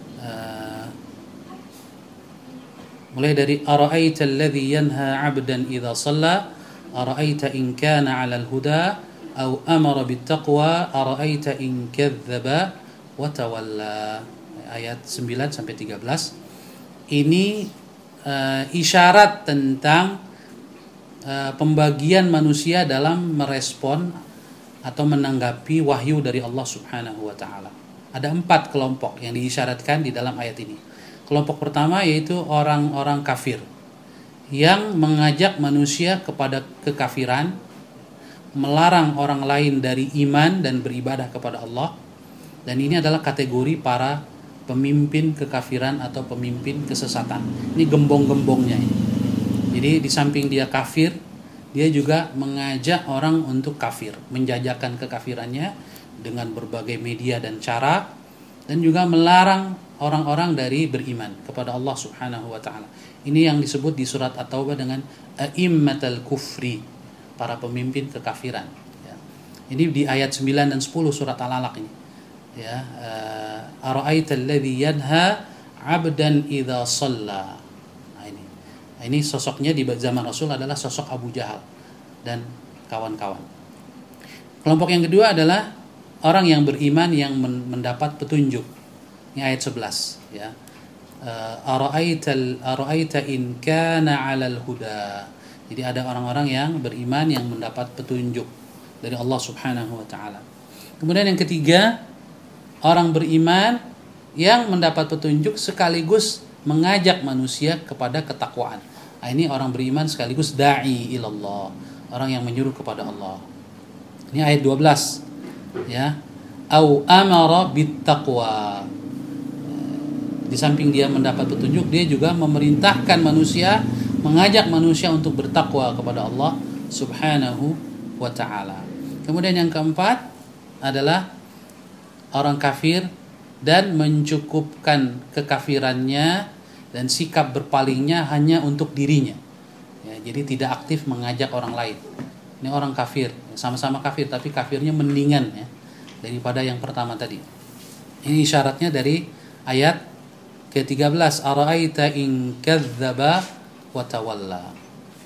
mulai dari ara'aita alladhi yanha 'abdan idza shalla ara'aita in kana 'alal huda aw amara bittaqwa ara'aita in kadzdzaba wa tawalla. Ayat sembilan sampai tiga belas. Ini uh, isyarat tentang uh, pembagian manusia dalam merespon atau menanggapi wahyu dari Allah Subhanahu wa taala. Ada empat kelompok yang diisyaratkan di dalam ayat ini. Kelompok pertama yaitu orang-orang kafir yang mengajak manusia kepada kekafiran, melarang orang lain dari iman dan beribadah kepada Allah. Dan ini adalah kategori para pemimpin kekafiran atau pemimpin kesesatan. Ini gembong-gembongnya ini. Jadi di samping dia kafir, dia juga mengajak orang untuk kafir, menjajakan kekafirannya dengan berbagai media dan cara, dan juga melarang orang-orang dari beriman kepada Allah Subhanahu wa taala. Ini yang disebut di surat At-Taubah dengan a'immatul kufri, para pemimpin kekafiran, ya. Ini di ayat sembilan dan sepuluh surat Al-Alaq ini. Ya, ara'aital ladzi yanha 'abdan idza shalla. Nah, ini. Nah, ini sosoknya di zaman Rasul adalah sosok Abu Jahal dan kawan-kawan. Kelompok yang kedua adalah orang yang beriman yang mendapat petunjuk. Ini ayat sebelas, ya. Ara'aital ara'aita in kana 'alal huda. Jadi ada orang-orang yang beriman yang mendapat petunjuk dari Allah Subhanahu wa taala. Kemudian yang ketiga, orang beriman yang mendapat petunjuk sekaligus mengajak manusia kepada ketakwaan. Nah, ini orang beriman sekaligus da'i ilallah, orang yang menyuruh kepada Allah. Ini ayat dua belas, ya. Au amara bittaqwa. Di samping dia mendapat petunjuk, dia juga memerintahkan manusia, mengajak manusia untuk bertakwa kepada Allah Subhanahu wa ta'ala. Kemudian yang keempat adalah orang kafir dan mencukupkan kekafirannya dan sikap berpalingnya hanya untuk dirinya, ya, jadi tidak aktif mengajak orang lain. Ini orang kafir, sama-sama kafir tapi kafirnya mendingan, ya, daripada yang pertama tadi. Ini syaratnya dari ayat ke tiga belas, ara'aita in kadzdzaba wa tawalla.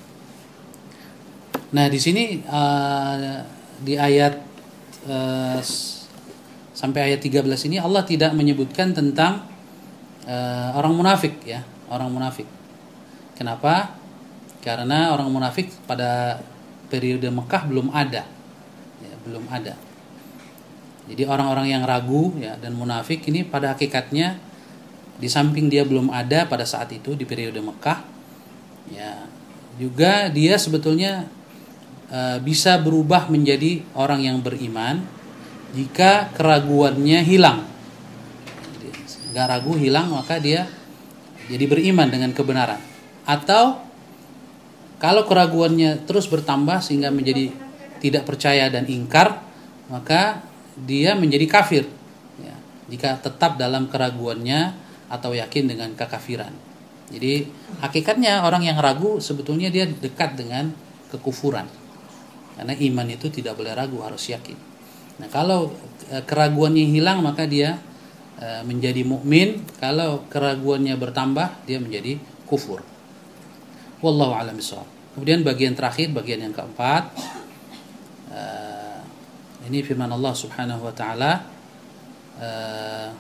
Nah, di sini uh, di ayat uh, sampai ayat tiga belas ini Allah tidak menyebutkan tentang uh, orang munafik, ya, orang munafik. Kenapa? Karena orang munafik pada periode Mekah belum ada, ya, belum ada. Jadi orang-orang yang ragu, ya, dan munafik ini pada hakikatnya di samping dia belum ada pada saat itu di periode Mekah, ya, juga dia sebetulnya uh, bisa berubah menjadi orang yang beriman jika keraguannya hilang. Nggak ragu hilang, maka dia jadi beriman dengan kebenaran. Atau kalau keraguannya terus bertambah sehingga menjadi tidak percaya dan ingkar, maka dia menjadi kafir ya, jika tetap dalam keraguannya atau yakin dengan kekafiran. Jadi hakikatnya orang yang ragu sebetulnya dia dekat dengan kekufuran, karena iman itu tidak boleh ragu, harus yakin. Nah, kalau keraguannya hilang maka dia menjadi mukmin. Kalau keraguannya bertambah dia menjadi kufur. Wallahu a'lam bishawab. Kemudian bagian terakhir, bagian yang keempat, uh, ini firman Allah Subhanahu wa taala, uh,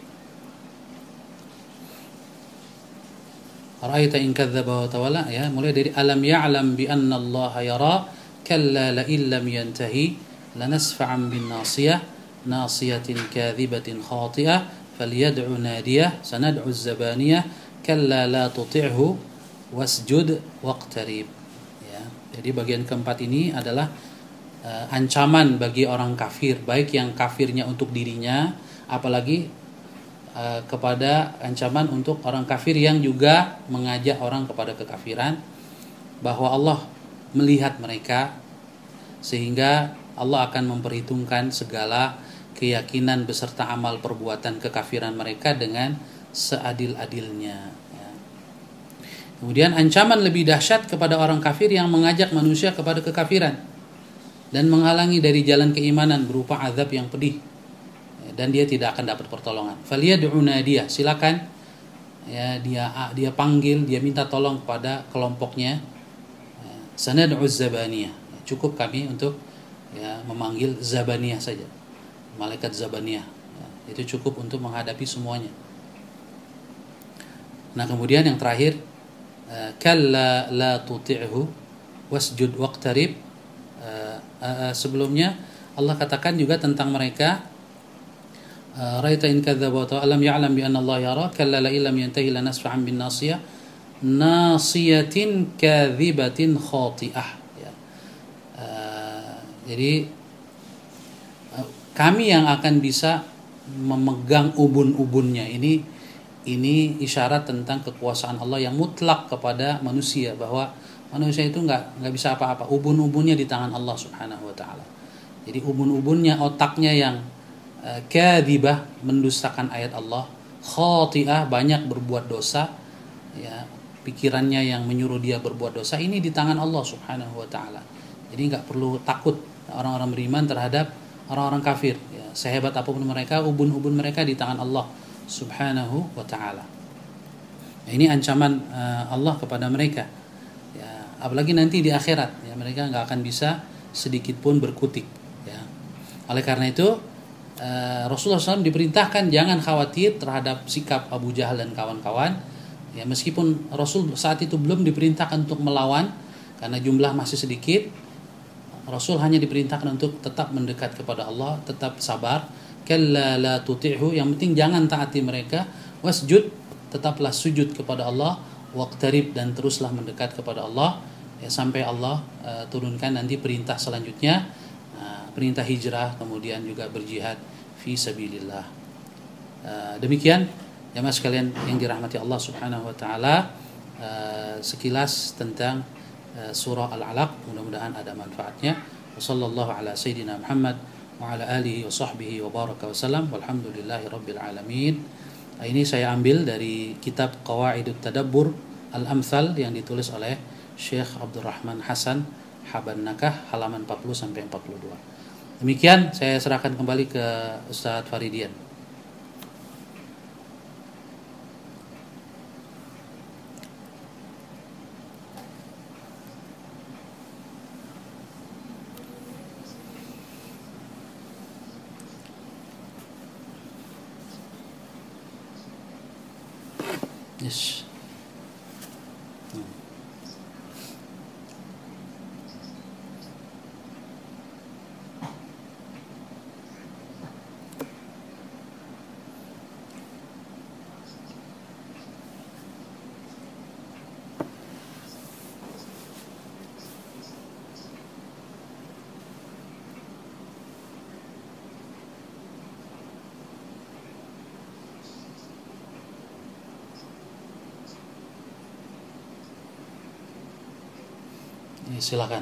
Ara'aita in kadzdzaba wa tawalla, ya, mulai dari alam ya'lam bi anna Allah yara kalla la illam yantahi lanasfa'an bin nasiyah nasiyatin kadzibatin khati'ah falyad'u nadiyah sanad'u az-zabaniyah kalla la tuti'hu wasjud waqtarib. Ya, jadi bagian keempat ini adalah uh, ancaman bagi orang kafir, baik yang kafirnya untuk dirinya, apalagi uh, kepada ancaman untuk orang kafir yang juga mengajak orang kepada kekafiran, bahwa Allah melihat mereka sehingga Allah akan memperhitungkan segala keyakinan beserta amal perbuatan kekafiran mereka dengan seadil-adilnya. Ya. Kemudian ancaman lebih dahsyat kepada orang kafir yang mengajak manusia kepada kekafiran dan menghalangi dari jalan keimanan berupa azab yang pedih, ya, dan dia tidak akan dapat pertolongan. Faliyad'u nadiyah, silakan ya, dia dia panggil, dia minta tolong kepada kelompoknya. Ya, sanad'u zabaniyah, cukup kami untuk ya memanggil zabaniyah saja, malaikat zabaniyah, ya, itu cukup untuk menghadapi semuanya. Nah, kemudian yang terakhir, kalla la tuti'hu wasjud waqtarib. Sebelumnya Allah katakan juga tentang mereka, ra'aita in kadzdzaba wa alam ya'lam bi anna Allah yara kalla la illam yantahi lanasfa'an bin nasiyah nasiyatin kadzibatin khati'ah. Ya. Jadi kami yang akan bisa memegang ubun-ubunnya. Ini ini isyarat tentang kekuasaan Allah yang mutlak kepada manusia, bahwa manusia itu nggak nggak bisa apa-apa. Ubun-ubunnya di tangan Allah Subhanahu wa taala. Jadi ubun-ubunnya, otaknya yang uh, kadzibah, mendustakan ayat Allah, khati'ah, banyak berbuat dosa, ya, pikirannya yang menyuruh dia berbuat dosa, ini di tangan Allah Subhanahu wa taala. Jadi nggak perlu takut orang-orang beriman terhadap orang-orang kafir, ya, sehebat apapun mereka, ubun-ubun mereka di tangan Allah Subhanahu wa ta'ala. Nah, ini ancaman uh, Allah kepada mereka, ya, apalagi nanti di akhirat, ya, mereka nggak akan bisa sedikit pun berkutik, ya. Oleh karena itu uh, Rasulullah shallallahu alaihi wasallam diperintahkan jangan khawatir terhadap sikap Abu Jahal dan kawan-kawan, ya, meskipun Rasul saat itu belum diperintahkan untuk melawan karena jumlah masih sedikit. Rasul hanya diperintahkan untuk tetap mendekat kepada Allah, tetap sabar. Kalla la tuti'hu, yang penting jangan taati mereka. Wasjud, tetaplah sujud kepada Allah. Waqtarib, dan teruslah mendekat kepada Allah, ya, sampai Allah uh, turunkan nanti perintah selanjutnya, uh, perintah hijrah, kemudian juga berjihad fi sabilillah. Uh, demikian jemaah sekalian yang dirahmati Allah Subhanahu wa taala, uh, sekilas tentang uh, surah Al-Alaq. Mudah-mudahan ada manfaatnya. Wassallallahu ala sayyidina Muhammad wa ala alihi wa sahbihi wa baraka wasallam walhamdulillahi rabbil alamin. Ini saya ambil dari kitab Qawaidut Tadabbur Al-Amthal yang ditulis oleh Syekh Abdurrahman Hasan Habannakah, halaman empat puluh sampai empat puluh dua. Demikian, saya serahkan kembali ke Ustadz Faridian. Yes. Hmm. Silakan.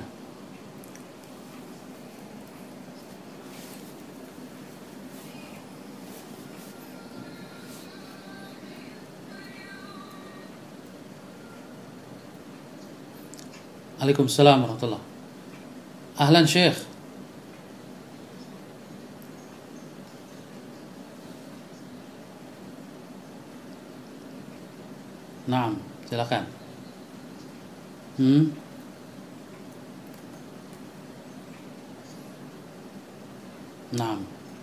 Waalaikumsalam warahmatullah. Ahlan Syekh. Naam, silakan. Hmm. Naam.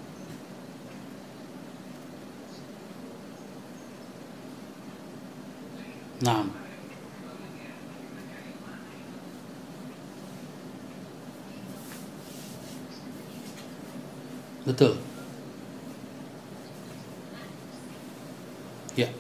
Naam. Betul. Ya.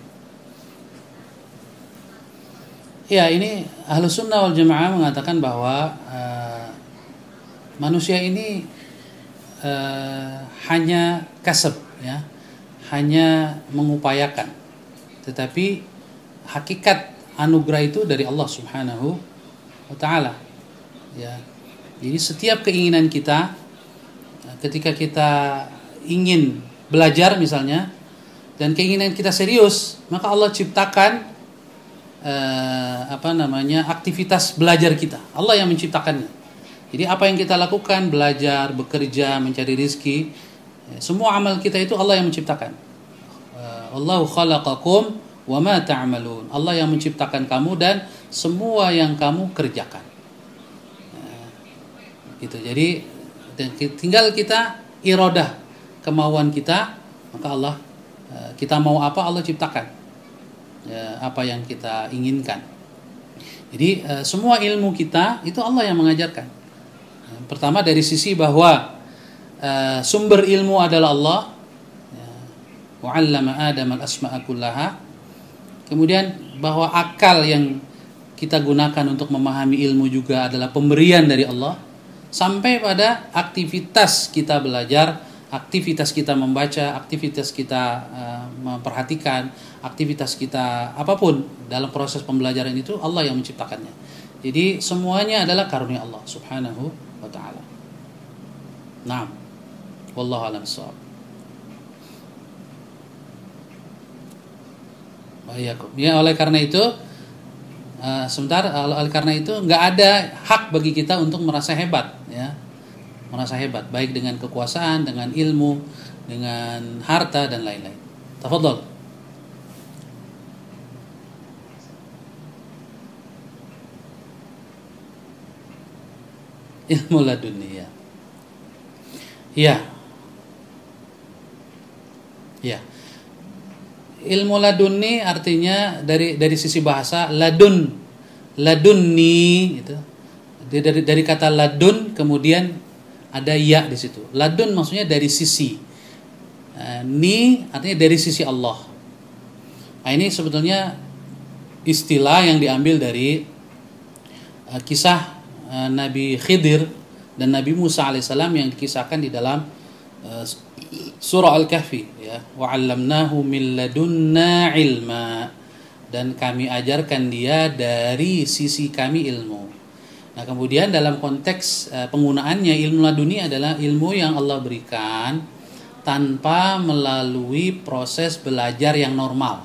Ya, ini Ahlus Sunnah wal Jamaah mengatakan bahwa uh, manusia ini uh, hanya kasab, ya, hanya mengupayakan, tetapi hakikat anugerah itu dari Allah Subhanahu wa Ta'ala. Ya, jadi setiap keinginan kita, ketika kita ingin belajar misalnya, dan keinginan kita serius, maka Allah ciptakan eh, apa namanya aktivitas belajar kita. Allah yang menciptakannya. Jadi apa yang kita lakukan, belajar, bekerja, mencari rizki, eh, semua amal kita itu Allah yang menciptakan. Eh, Allahu khalaqakum wa ma ta'malun. Allah yang menciptakan kamu dan semua yang kamu kerjakan. Eh, gitu. Jadi tinggal kita iradah, kemauan kita, maka Allah, kita mau apa Allah ciptakan ya, apa yang kita inginkan. Jadi semua ilmu kita itu Allah yang mengajarkan. Pertama dari sisi bahwa sumber ilmu adalah Allah, wa 'allama Adam al-asma'a kullaha. Kemudian bahwa akal yang kita gunakan untuk memahami ilmu juga adalah pemberian dari Allah, sampai pada aktivitas kita belajar, aktivitas kita membaca, aktivitas kita uh, memperhatikan, aktivitas kita apapun dalam proses pembelajaran itu Allah yang menciptakannya. Jadi semuanya adalah karunia Allah Subhanahu wa Ta'ala. Naam. Wallahu a'lam bishawab. Ya, oleh karena itu Uh, sebentar, oleh karena itu nggak ada hak bagi kita untuk merasa hebat, ya, merasa hebat, baik dengan kekuasaan, dengan ilmu, dengan harta dan lain-lain. Tafadhol. Ilmu laduni, ya, ya, ya. Ilmu laduni artinya dari dari sisi bahasa ladun, ladunni itu dari dari kata ladun kemudian ada ya di situ. Ladun maksudnya dari sisi, uh, ni artinya dari sisi Allah. Nah, ini sebetulnya istilah yang diambil dari uh, kisah uh, Nabi Khidir dan Nabi Musa alaihissalam yang dikisahkan di dalam uh, surah Al-Kahfi, ya, wa 'allamnahu min ladunna ilma, dan kami ajarkan dia dari sisi kami ilmu. Nah, kemudian dalam konteks uh, penggunaannya, ilmu laduni adalah ilmu yang Allah berikan tanpa melalui proses belajar yang normal,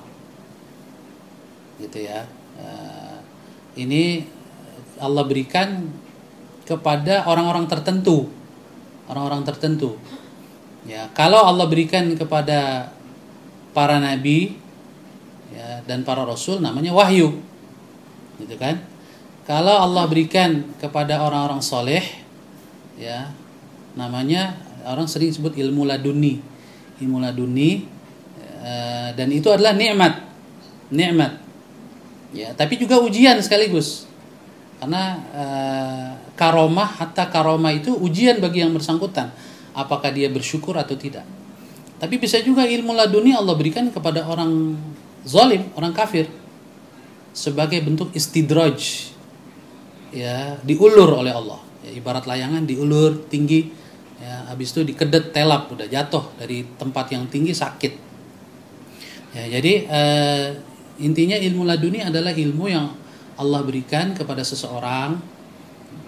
gitu ya. Uh, ini Allah berikan kepada orang-orang tertentu, orang-orang tertentu. Ya, kalau Allah berikan kepada para nabi, ya, dan para rasul, namanya wahyu, gitu kan? Kalau Allah berikan kepada orang-orang soleh, ya, namanya orang sering sebut ilmu laduni, ilmu laduni, ya, dan itu adalah nikmat, nikmat, ya, tapi juga ujian sekaligus, karena uh, karomah, hatta karomah itu ujian bagi yang bersangkutan. Apakah dia bersyukur atau tidak. Tapi bisa juga ilmu laduni Allah berikan kepada orang zalim, orang kafir, sebagai bentuk istidraj, ya, diulur oleh Allah, ya, ibarat layangan diulur tinggi, ya, habis itu dikedet telap, udah jatuh dari tempat yang tinggi, sakit, ya. Jadi eh, intinya ilmu laduni adalah ilmu yang Allah berikan kepada seseorang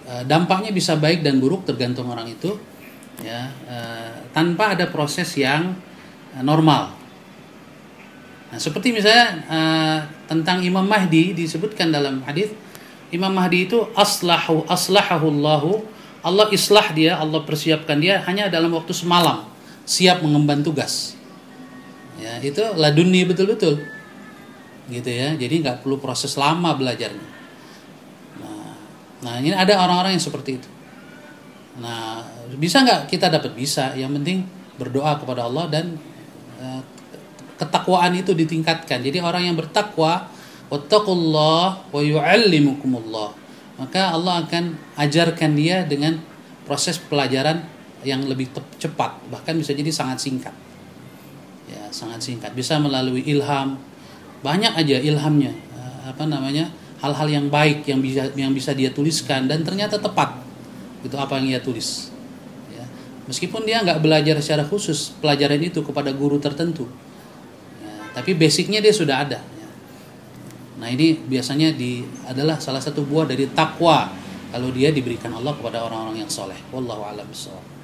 uh, dampaknya bisa baik dan buruk tergantung orang itu, ya, uh, tanpa ada proses yang uh, normal. Nah, seperti misalnya uh, tentang Imam Mahdi disebutkan dalam hadis, Imam Mahdi itu aslahu aslahahullahu, Allah islah dia, Allah persiapkan dia hanya dalam waktu semalam, siap mengemban tugas. Ya, itu laduni betul-betul, gitu ya. Jadi nggak perlu proses lama belajarnya. Nah, nah ini ada orang-orang yang seperti itu. Nah, bisa nggak kita dapat? Bisa. Yang penting berdoa kepada Allah dan uh, ketakwaan itu ditingkatkan. Jadi orang yang bertakwa, wattaqullah wa yu'allimukumullah, maka Allah akan ajarkan dia dengan proses pelajaran yang lebih cepat, bahkan bisa jadi sangat singkat. Ya, sangat singkat. Bisa melalui ilham. Banyak aja ilhamnya. Apa namanya? Hal-hal yang baik yang bisa yang bisa dia tuliskan dan ternyata tepat. Itu apa yang dia tulis. Ya. Meskipun dia nggak belajar secara khusus pelajaran itu kepada guru tertentu. Ya, tapi basicnya dia sudah ada. Ya. Nah, ini biasanya di adalah salah satu buah dari takwa kalau dia diberikan Allah kepada orang-orang yang soleh. Wallahu a'lam bishawab.